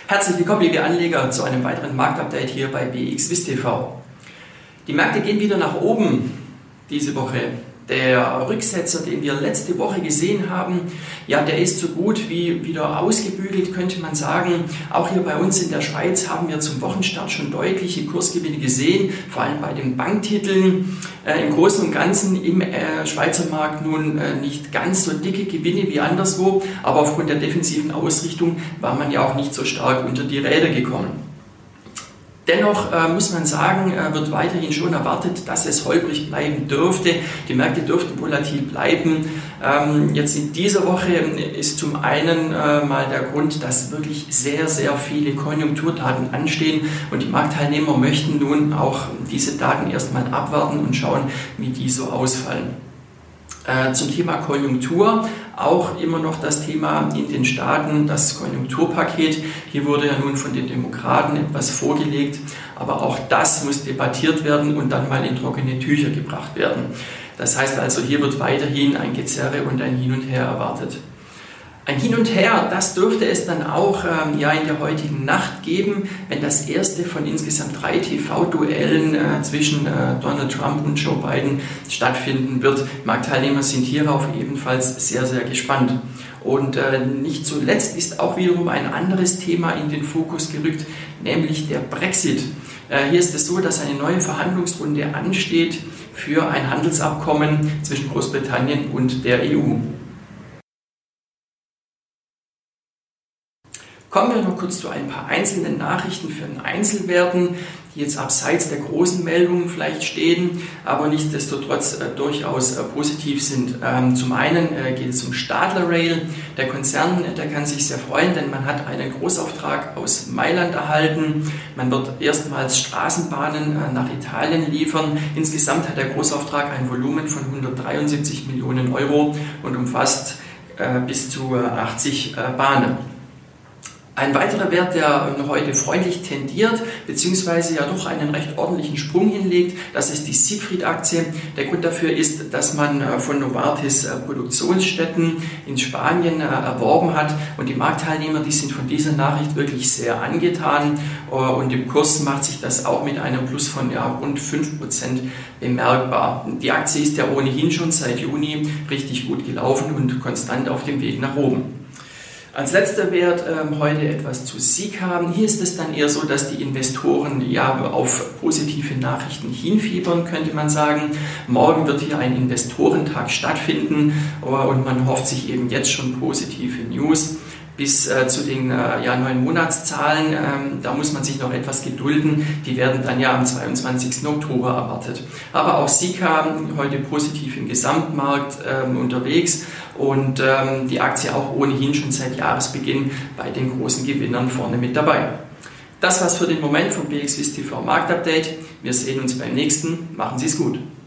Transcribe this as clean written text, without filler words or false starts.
Herzlich willkommen, liebe Anleger, zu einem weiteren Marktupdate hier bei BXWIST TV. Die Märkte gehen wieder nach oben diese Woche. Der Rücksetzer, den wir letzte Woche gesehen haben, ja, der ist so gut wie wieder ausgebügelt, könnte man sagen. Auch hier bei uns in der Schweiz haben wir zum Wochenstart schon deutliche Kursgewinne gesehen, vor allem bei den Banktiteln. Im Großen und Ganzen im Schweizer Markt nun nicht ganz so dicke Gewinne wie anderswo, aber aufgrund der defensiven Ausrichtung war man ja auch nicht so stark unter die Räder gekommen. Dennoch muss man sagen, wird weiterhin schon erwartet, dass es holprig bleiben dürfte. Die Märkte dürften volatil bleiben. Jetzt in dieser Woche ist zum einen mal der Grund, dass wirklich sehr, sehr viele Konjunkturdaten anstehen und die Marktteilnehmer möchten nun auch diese Daten erstmal abwarten und schauen, wie die so ausfallen. Zum Thema Konjunktur auch immer noch das Thema in den Staaten, das Konjunkturpaket. Hier wurde ja nun von den Demokraten etwas vorgelegt, aber auch das muss debattiert werden und dann mal in trockene Tücher gebracht werden. Das heißt also, hier wird weiterhin ein Gezerre und ein Hin und Her erwartet. Ein Hin und Her, das dürfte es dann auch in der heutigen Nacht geben, wenn das erste von insgesamt 3 TV-Duellen zwischen Donald Trump und Joe Biden stattfinden wird. Marktteilnehmer sind hierauf ebenfalls sehr, sehr gespannt. Und nicht zuletzt ist auch wiederum ein anderes Thema in den Fokus gerückt, nämlich der Brexit. Hier ist es so, dass eine neue Verhandlungsrunde ansteht für ein Handelsabkommen zwischen Großbritannien und der EU. Kommen wir noch kurz zu ein paar einzelnen Nachrichten für den Einzelwerten, die jetzt abseits der großen Meldungen vielleicht stehen, aber nichtsdestotrotz durchaus positiv sind. Zum einen geht es um Stadler Rail. Der Konzern, der kann sich sehr freuen, denn man hat einen Großauftrag aus Mailand erhalten. Man wird erstmals Straßenbahnen nach Italien liefern. Insgesamt hat der Großauftrag ein Volumen von 173 Millionen Euro und umfasst bis zu 80 Bahnen. Ein weiterer Wert, der heute freundlich tendiert, beziehungsweise ja doch einen recht ordentlichen Sprung hinlegt, das ist die Siegfried-Aktie. Der Grund dafür ist, dass man von Novartis Produktionsstätten in Spanien erworben hat und die Marktteilnehmer, die sind von dieser Nachricht wirklich sehr angetan und im Kurs macht sich das auch mit einem Plus von rund 5% bemerkbar. Die Aktie ist ja ohnehin schon seit Juni richtig gut gelaufen und konstant auf dem Weg nach oben. Als letzter Wert heute etwas zu SICA. Hier ist es dann eher so, dass die Investoren auf positive Nachrichten hinfiebern, könnte man sagen. Morgen wird hier ein Investorentag stattfinden und man hofft sich eben jetzt schon positive News. Bis zu den 9 Monatszahlen, da muss man sich noch etwas gedulden. Die werden dann ja am 22. Oktober erwartet. Aber auch SICA heute positiv im Gesamtmarkt unterwegs und die Aktie auch ohnehin schon seit Jahresbeginn bei den großen Gewinnern vorne mit dabei. Das war's für den Moment vom BXWIST TV Marktupdate. Wir sehen uns beim nächsten. Machen Sie es gut.